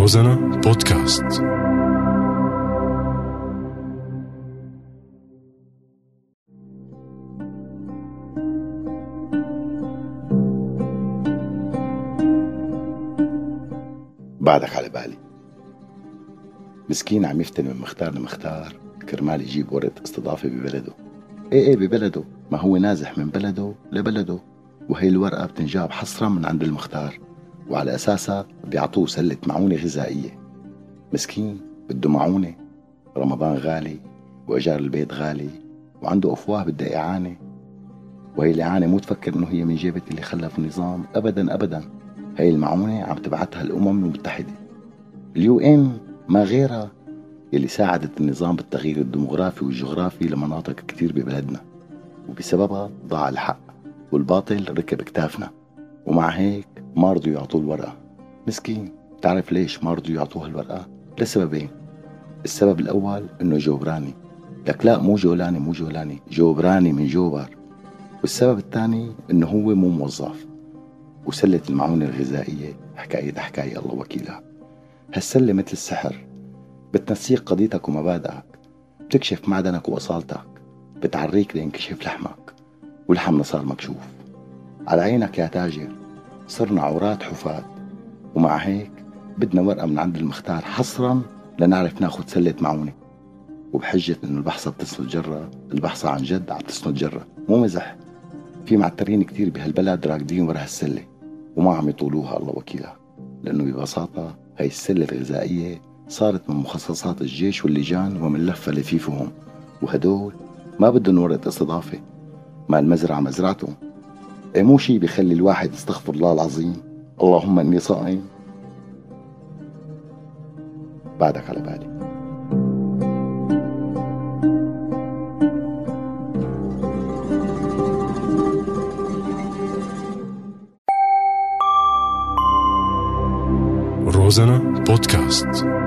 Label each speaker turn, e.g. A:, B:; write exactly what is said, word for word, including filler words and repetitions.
A: روزانا بودكاست.
B: بعدك على بالي مسكين عم يفتن من مختار لمختار كرمال يجيب ورقة استضافة ببلده. ايه ايه ببلده، ما هو نازح من بلده لبلده، وهي الورقة بتنجاب حصرا من عند المختار، وعلى أساسها بيعطوه سلة معونة غذائية. مسكين بده معونة، رمضان غالي وأجار البيت غالي وعنده أفواه بدها إعانة، وهي الإعانة مو تفكر إنه هي من جيبة اللي خلف النظام، أبدا أبدا. هي المعونة عم تبعتها الأمم المتحدة، اليو إن ما غيرها، يلي ساعدت النظام بالتغيير الديموغرافي والجغرافي لمناطق كتير ببلدنا، وبسببها ضاع الحق والباطل ركب كتافنا. ومع هيك ما رضوا يعطوه الورقة. مسكين. تعرف ليش ما رضوا يعطوه الورقة؟ لسببين. السبب الأول إنه جوبراني، لك لا مو جولاني مو جولاني جوبراني من جوبر. والسبب الثاني إنه هو مو موظف. وسلة المعونة الغذائية حكاية حكاية الله وكيلها. هالسلة مثل السحر، بتنسيك قضيتك ومبادئك، بتكشف معدنك وأصالتك، بتعريك لينكشف لحمك، ولحمنا صار مكشوف. على عينك يا تاجر، صرنا عورات حفاة. ومع هيك بدنا ورقة من عند المختار حصرا لنعرف ناخد سلة معونة، وبحجة إنه البحصة بتسند جرة. البحصة عن جد عم تسند جرة، مو مزح. في معترين كتير بهالبلد راكدين ورا هالسلة وما عم يطولوها الله وكيلها، لأنه ببساطة هاي السلة الغذائية صارت من مخصصات الجيش واللجان ومن لفة لفيفهم، وهدول ما بدهم ورقة استضافة، ما المزرعة مزرعتهم. ايه مو شي بيخلي الواحد يستغفر الله العظيم، اللهم اني صائم. بعدك على بالي.
A: روزانا بودكاست.